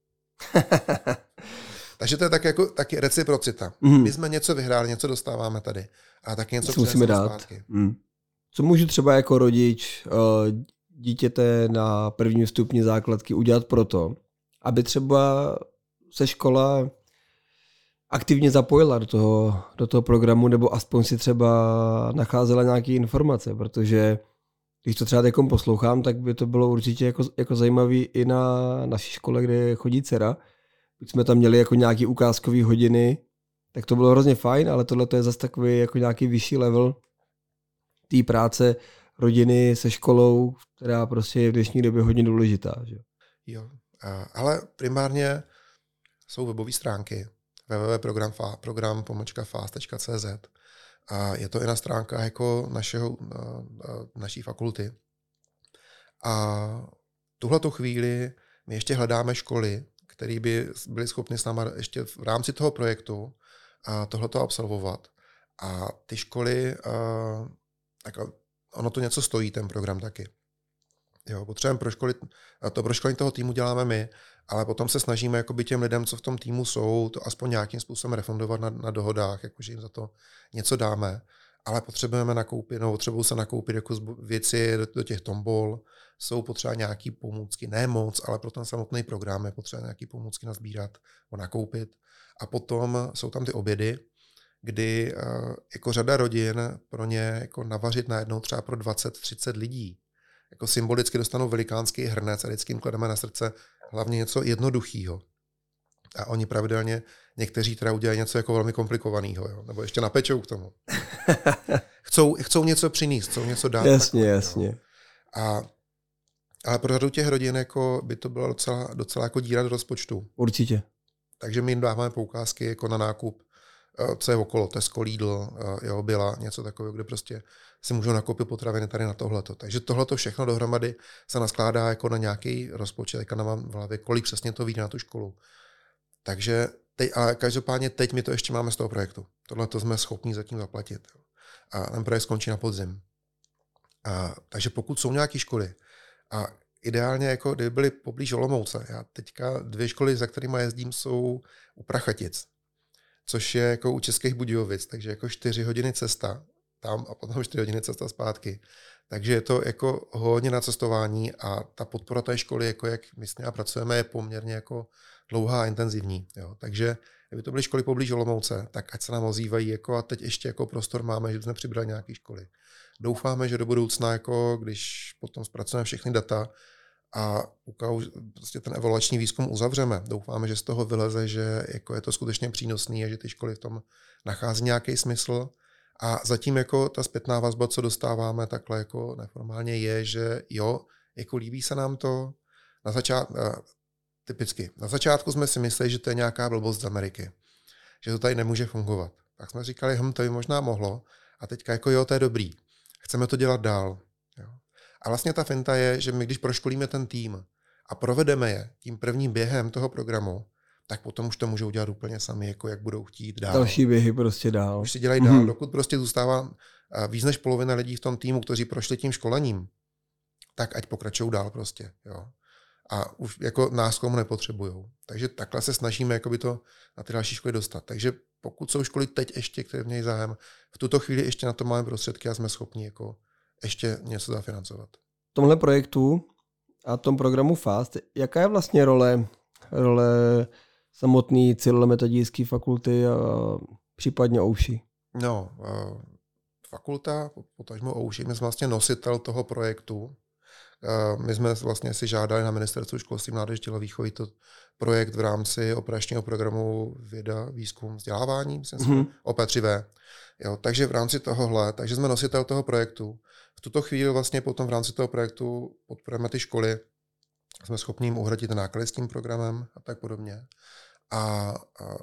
Takže to je tak jako, taky reciprocita. Mm. My jsme něco vyhráli, něco dostáváme tady. A taky něco musíme dát. Zpátky. Mm. Co můžu třeba jako rodič dítěte na prvním stupni základky udělat pro to, aby třeba se škola aktivně zapojila do toho, do toho programu, nebo aspoň si třeba nacházela nějaké informace, protože když to třeba takom poslouchám, tak by to bylo určitě jako, jako zajímavý i na naší škole, kde chodí dcera. Když jsme tam měli jako nějaký ukázkový hodiny, tak to bylo hrozně fajn, ale tohle je zase takový jako nějaký vyšší level té práce rodiny se školou, která prostě je v dnešní době hodně důležitá. Že? Jo, ale primárně jsou webové stránky w w w tečka program pomlčka fast tečka c z a je to i na stránkách jako našeho, naší fakulty. A tuhleto chvíli my ještě hledáme školy, které by byly schopny s námi ještě v rámci toho projektu tohleto absolvovat. A ty školy, tak ono to něco stojí, ten program taky. Jo, potřebujeme proškolit, to proškolení toho týmu děláme my, ale potom se snažíme jakoby těm lidem, co v tom týmu jsou, to aspoň nějakým způsobem refundovat na, na dohodách, jakože jim za to něco dáme, ale potřebujeme nakoupit, no potřebují se nakoupit jako věci do, do těch tombol, jsou potřeba nějaký pomůcky, ne moc, ale pro ten samotný program je potřeba nějaký pomůcky nazbírat, nakoupit. A potom jsou tam ty obědy, kdy jako řada rodin pro ně jako navařit najednou třeba pro dvacet třicet lidí. Jako symbolicky dostanou velikánský hrnec a vždycky jim klademe na srdce hlavně něco jednoduchého. A oni pravidelně, někteří teda udělají něco jako velmi komplikovaného, jo? Nebo ještě napečou k tomu. chcou, chcou něco přinést, chcou něco dát. Jasně, takové, jasně. A, ale pro řadu těch rodin jako by to byla docela, docela jako díra do rozpočtu. Určitě. Takže my jim dáváme poukázky jako na nákup, co je okolo, Tesco, Lidl, jo, Byla, něco takového, kde prostě si můžou nakoupit potraviny tady na tohleto. Takže tohleto všechno dohromady se naskládá jako na nějaký rozpočet, teďka nemám v hlavě, kolik přesně to vyjde na tu školu. Takže teď, ale každopádně teď my to ještě máme z toho projektu. Tohleto jsme schopni zatím zaplatit. A ten projekt skončí na podzim. A, takže pokud jsou nějaké školy a ideálně, jako kdyby byly poblíž Olomouce, já teďka dvě školy, za kterými jezdím, jsou u Prachatic, což je jako u Českých Budějovic, takže jako čtyři hodiny cesta tam a potom čtyři hodiny cesta zpátky. Takže je to jako hodně na cestování a ta podpora té školy, jako jak my s ní pracujeme, je poměrně jako dlouhá a intenzivní. Jo. Takže kdyby to byly školy poblíž Olomouce, tak ať se nám ozývají, jako a teď ještě jako prostor máme, že jsme přibrali nějaké školy. Doufáme, že do budoucna, jako když potom zpracujeme všechny data a prostě ten evaluační výzkum uzavřeme, doufáme, že z toho vyleze, že jako je to skutečně přínosný a že ty školy v tom nachází nějaký smysl. A zatím jako ta zpětná vazba, co dostáváme takhle jako neformálně, je, že jo, jako líbí se nám to. Na začátku, typicky, na začátku jsme si mysleli, že to je nějaká blbost z Ameriky, že to tady nemůže fungovat. Tak jsme říkali, hm, to by možná mohlo. A teďka jako jo, to je dobrý. Chceme to dělat dál. Jo. A vlastně ta finta je, že my když proškolíme ten tým a provedeme je tím prvním během toho programu, tak potom už to můžou dělat úplně sami, jako jak budou chtít dál. Další běhy prostě dál. Už si dělají dál, mm-hmm. dokud prostě zůstává víc než polovina lidí v tom týmu, kteří prošli tím školením. tak ať pokračují dál prostě. Jo. A už jako nás komu nepotřebujou. Takže takhle se snažíme jakoby to na ty další školy dostat. Takže pokud jsou školy teď ještě, které mějí zájem, v tuto chvíli ještě na to máme prostředky a jsme schopni jako ještě něco zafinancovat. V tomhle projektu a tom programu FAST, jaká je vlastně role, role samotné cyrilometodějské fakulty a případně OUŠI? No, fakulta, potažmo OUŠI, my jsme vlastně nositel toho projektu. My jsme vlastně si žádali na Ministerstvu školství, mládeže, tělovýchovy to projekt v rámci operačního programu Věda, výzkum, vzdělávání, myslím mm-hmm. O P tři V. Jo, takže v rámci tohohle, takže jsme nositel toho projektu. V tuto chvíli vlastně potom v rámci toho projektu podporujeme ty školy, jsme schopni jim uhradit náklady s tím programem a tak podobně. A, a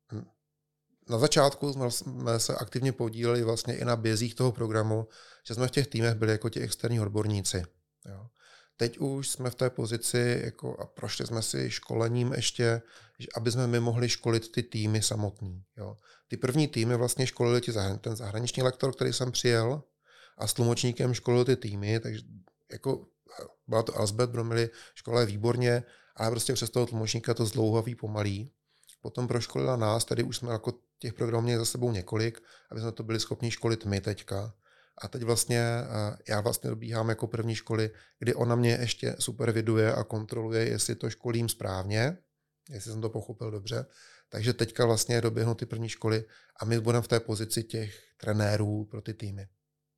na začátku jsme, jsme se aktivně podíleli vlastně i na bězích toho programu, že jsme v těch týmech byli jako ti externí odborníci. Jo. Teď už jsme v té pozici jako, a prošli jsme si školením ještě, aby jsme my mohli školit ty týmy samotný. Jo. Ty první týmy vlastně školili ti zahrani- ten zahraniční lektor, který jsem přijel, a s tlumočníkem školil ty týmy, takže jako byla to Alzbeth Bromily, škola je výborně, ale prostě přes toho tlumočníka to zdlouhavý, pomalý. Potom proškolila nás, tady už jsme jako těch programů měli za sebou několik, aby jsme to byli schopni školit my teďka. A teď vlastně já vlastně dobíhám jako první školy, kdy ona mě ještě superviduje a kontroluje, jestli to školím správně, jestli jsem to pochopil dobře. Takže teďka vlastně doběhnou ty první školy a my budeme v té pozici těch trenérů pro ty týmy.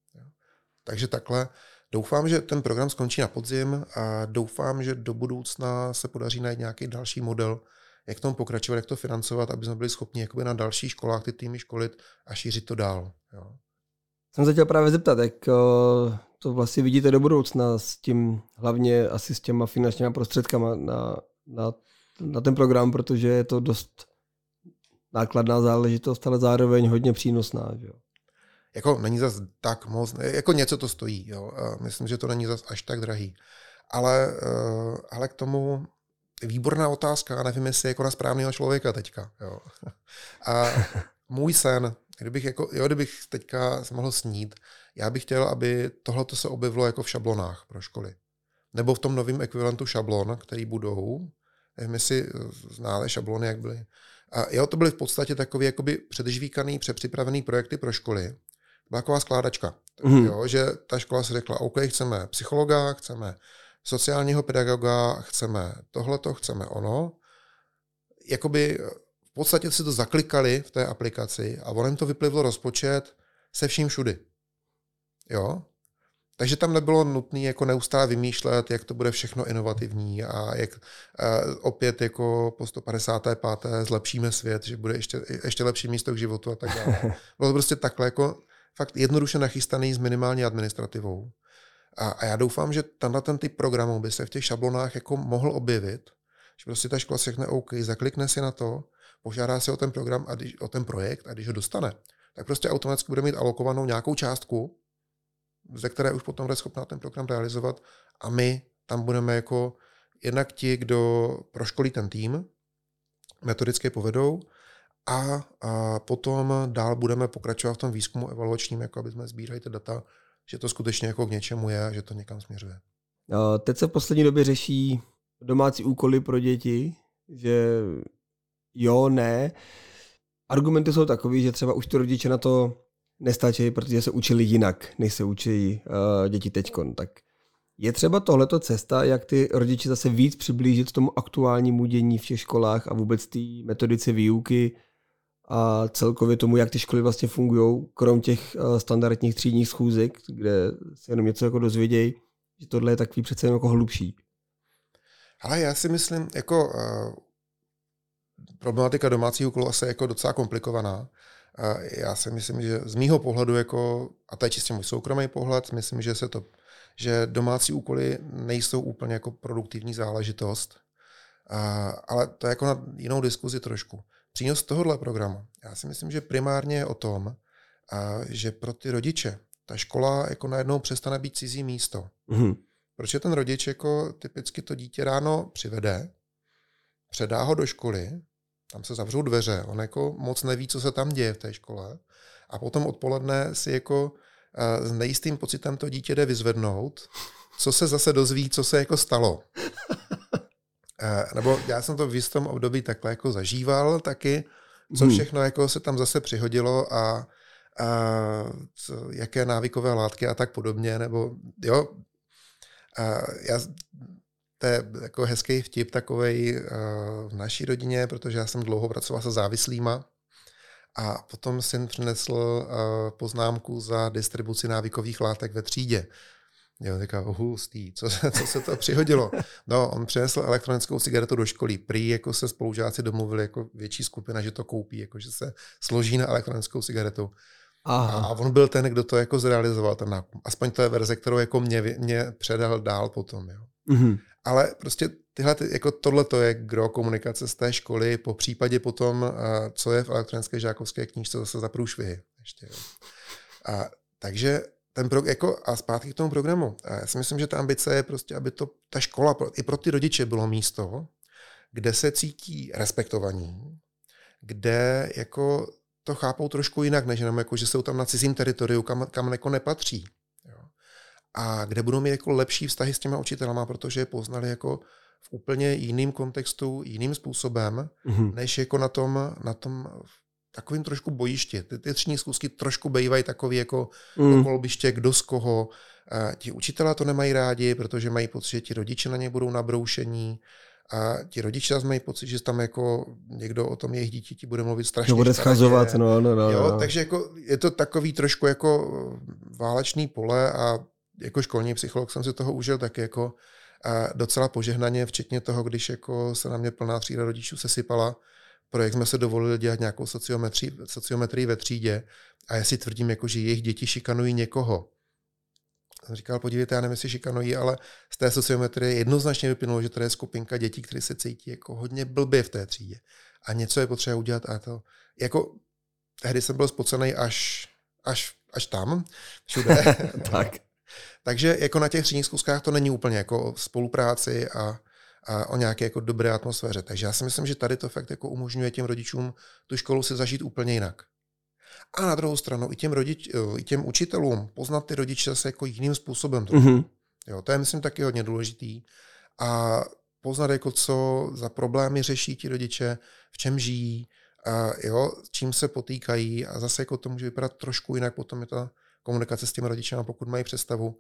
Takže takhle doufám, že ten program skončí na podzim a doufám, že do budoucna se podaří najít nějaký další model, jak tomu pokračovat, jak to financovat, aby jsme byli schopni jakoby na dalších školách ty týmy školit a šířit to dál. Jo. Jsem se chtěl právě zeptat, jak to vlastně vidíte do budoucna s tím, hlavně asi s těma finančníma prostředkama na, na, na ten program, protože je to dost nákladná záležitost, ale zároveň hodně přínosná. Že jo? Jako není zas tak moc, jako něco to stojí, jo. Myslím, že to není zas až tak drahý. Ale, ale k tomu výborná otázka, nevím, jestli jako na správného člověka teďka. Jo. A můj sen, kdybych, jako, jo, kdybych teďka mohl snít, já bych chtěl, aby tohleto se objevilo jako v šablonách pro školy. Nebo v tom novém ekvivalentu šablon, který budou. Nevím, jestli znáte šablony, jak byly. A jo, to byly v podstatě takové jakoby předžvíkaný, přepřipravený projekty pro školy. Byla taková skládačka. Mm. Jo, že ta škola si řekla, OK, chceme psychologa, chceme sociálního pedagoga, chceme tohleto, chceme ono. Jakoby v podstatě si to zaklikali v té aplikaci a onem to vyplivlo rozpočet se vším všudy. Jo? Takže tam nebylo nutné jako neustále vymýšlet, jak to bude všechno inovativní a jak uh, opět jako po sto padesáté páté zlepšíme svět, že bude ještě, ještě lepší místo k životu a tak dále. Bylo to prostě takhle jako fakt jednoduše nachystaný s minimální administrativou. A, a já doufám, že tenhle ten typ programů by se v těch šablonách jako mohl objevit, že prostě ta škola si řekne OK, zaklikne si na to, požádá si o ten program a když, o ten projekt a když ho dostane, tak prostě automaticky bude mít alokovanou nějakou částku, ze které už potom bude schopná ten program realizovat a my tam budeme jako jednak ti, kdo proškolí ten tým, metodicky povedou a, a potom dál budeme pokračovat v tom výzkumu evaluačním, jako aby jsme sbírali ty data, že to skutečně jako k něčemu je a že to někam směřuje. Teď se v poslední době řeší domácí úkoly pro děti, že jo, ne. Argumenty jsou takový, že třeba už ty rodiče na to nestačí, protože se učili jinak, než se učí uh, děti teďkon. Tak je třeba tohleto cesta, jak ty rodiče zase víc přiblížit tomu aktuálnímu dění v těch školách a vůbec té metodice výuky a celkově tomu, jak ty školy vlastně fungují, krom těch uh, standardních třídních schůzek, kde se jenom něco jako dozvědějí, že tohle je takový přece jako hlubší. Ale já si myslím, jako uh, problematika domácího úkolu asi jako docela komplikovaná. Uh, já si myslím, že z mýho pohledu, jako, a to je čistě můj soukromý pohled, myslím, že se to, že domácí úkoly nejsou úplně jako produktivní záležitost, uh, ale to je jako na jinou diskuzi trošku. Přínos tohohle programu, já si myslím, že primárně je o tom, uh, že pro ty rodiče ta škola jako najednou přestane být cizí místo. Mm-hmm. Protože ten rodič jako typicky to dítě ráno přivede, předá ho do školy, tam se zavřou dveře, on jako moc neví, co se tam děje v té škole a potom odpoledne si jako uh, s nejistým pocitem to dítě jde vyzvednout co se zase dozví, co se jako stalo. Uh, nebo já jsem to v jistém období takhle jako zažíval taky, co hmm. všechno jako se tam zase přihodilo a, a co, jaké návykové látky a tak podobně, nebo jo. A já, to je jako hezký vtip takovej uh, v naší rodině, protože já jsem dlouho pracoval se závislýma a potom syn přinesl uh, poznámku za distribuci návykových látek ve třídě. Jo, říká, hustý, co, co se to přihodilo? No, on přinesl elektronickou cigaretu do školy. Prý jako se spolužáci domluvili jako větší skupina, že to koupí, jako že se složí na elektronickou cigaretu. Aha. A on byl ten, kdo to jako zrealizoval, ten nákup. Aspoň to je verze, kterou jako mě, mě předal dál potom. Jo. Mm-hmm. Ale prostě tyhle, jako tohle to je gro komunikace z té školy, po případě potom, co je v elektronické žákovské knížce zase za průšvihy. Ještě, jo. A, takže ten pro, jako, a zpátky k tomu programu. A já si myslím, že ta ambice je prostě, aby to ta škola i pro ty rodiče bylo místo, kde se cítí respektovaní, kde jako to chápou trošku jinak, než jenom jako, že jsou tam na cizím teritoriu, kam, kam jako nepatří. Jo. A kde budou mít jako lepší vztahy s těma učitelama, protože je poznali jako v úplně jiným kontextu, jiným způsobem, mm-hmm. než jako na tom, na tom takovým trošku bojišti. Ty, ty třídní schůzky trošku bývají takový jako mm. kolbiště, kdo z koho. A ti učitelé to nemají rádi, protože mají pocit, že ti rodiče na ně budou nabroušení. A ti rodiče zase mají pocit, že tam jako někdo o tom jejich dítěti bude mluvit strašně. To bude schazovat, no, no, no, jo, no. Takže jako je to takový trošku jako válečný pole a jako školní psycholog jsem si toho užil taky jako a docela požehnaně, včetně toho, když jako se na mě plná třída rodičů sesypala, projekt jsme se dovolili dělat nějakou sociometrii, sociometrii ve třídě a já si tvrdím, jako, že jejich děti šikanují někoho. Jsem říkal, podívejte, já nevím, jestli šikanují, ale z té sociometrie jednoznačně vyplynulo, že to je skupinka dětí, které se cítí jako hodně blbě v té třídě. A něco je potřeba udělat a to, jako tehdy jsem byl spocený až, až, až tam, všude. Tak. Takže jako na těch třídních zkouškách to není úplně jako o spolupráci a, a o nějaké jako dobré atmosféře. Takže já si myslím, že tady to fakt jako umožňuje těm rodičům tu školu si zažít úplně jinak. A na druhou stranu i těm, rodič, i těm učitelům poznat ty rodiče zase jako jiným způsobem. Mm-hmm. Jo, to je, myslím, taky hodně důležitý. A poznat, jako co za problémy řeší ti rodiče, v čem žijí, a jo, čím se potýkají. A zase jako to může vypadat trošku jinak. Potom je ta komunikace s těmi rodičemi, pokud mají představu,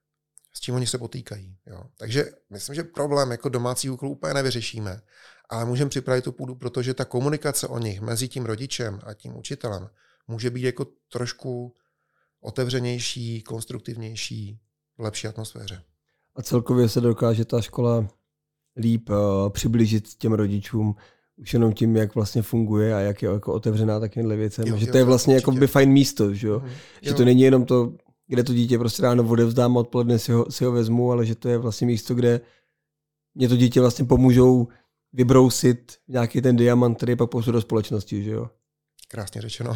s čím oni se potýkají. Jo. Takže myslím, že problém jako domácí úkol úplně nevyřešíme, ale můžeme připravit tu půdu, protože ta komunikace o nich mezi tím rodičem a tím učitelem může být jako trošku otevřenější, konstruktivnější, v lepší atmosféře. A celkově se dokáže ta škola líp uh, přiblížit těm rodičům už jenom tím, jak vlastně funguje a jak je jako otevřená takovýmhle věcem. Jo, že to jo, je vlastně jako by fajn místo, že, jo? Mm-hmm. že to není jenom to, kde to dítě prostě ráno odevzdám a odpoledne si ho, si ho vezmu, ale že to je vlastně místo, kde mě to dítě vlastně pomůžou vybrousit nějaký ten diamant, který pak pošlu do společnosti, že jo. Krásně řečeno.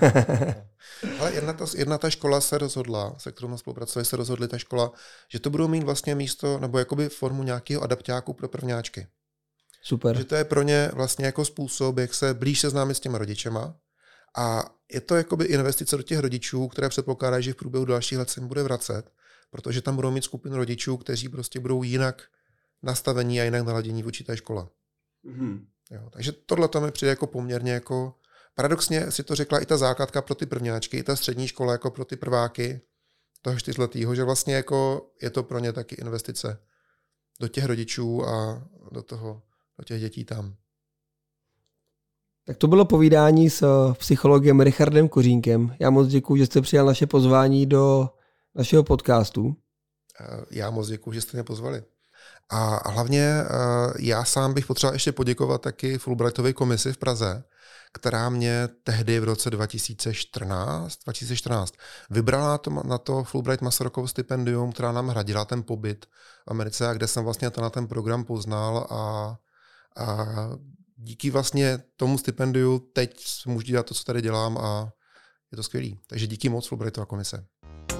Ale jedna ta, jedna ta škola se rozhodla, se kterou jsme spolupracovali, se rozhodli ta škola, že to budou mít vlastně místo, nebo jakoby formu nějakého adaptáku pro prvňáčky. Super. Že to je pro ně vlastně jako způsob, jak se blíž seznámit s těma rodičema. A je to jakoby investice do těch rodičů, které předpokládají, že v průběhu dalších let se jim bude vracet, protože tam budou mít skupinu rodičů, kteří prostě budou jinak nastavení a jinak naladění vůči té škole. Mm-hmm. Jo, takže tohle to mi přijde jako poměrně jako paradoxně si to řekla i ta základka pro ty prvňáčky, i ta střední škola jako pro ty prváky toho čtyřletýho, že vlastně jako je to pro ně taky investice do těch rodičů a do toho, do těch dětí tam. Tak to bylo povídání s psychologem Richardem Kořínkem. Já moc děkuju, že jste přijal naše pozvání do našeho podcastu. Já moc děkuju, že jste mě pozvali. A hlavně já sám bych potřeboval ještě poděkovat taky Fulbrightové komisi v Praze, která mě tehdy v roce dva tisíce čtrnáct, dva tisíce čtrnáct vybrala na to, na to Fulbright Masarykovo stipendium, která nám hradila ten pobyt v Americe, a kde jsem vlastně ten, ten program poznal a, a díky vlastně tomu stipendiu teď můžu dělat to, co tady dělám, a je to skvělý. Takže díky moc Fulbrightova komise.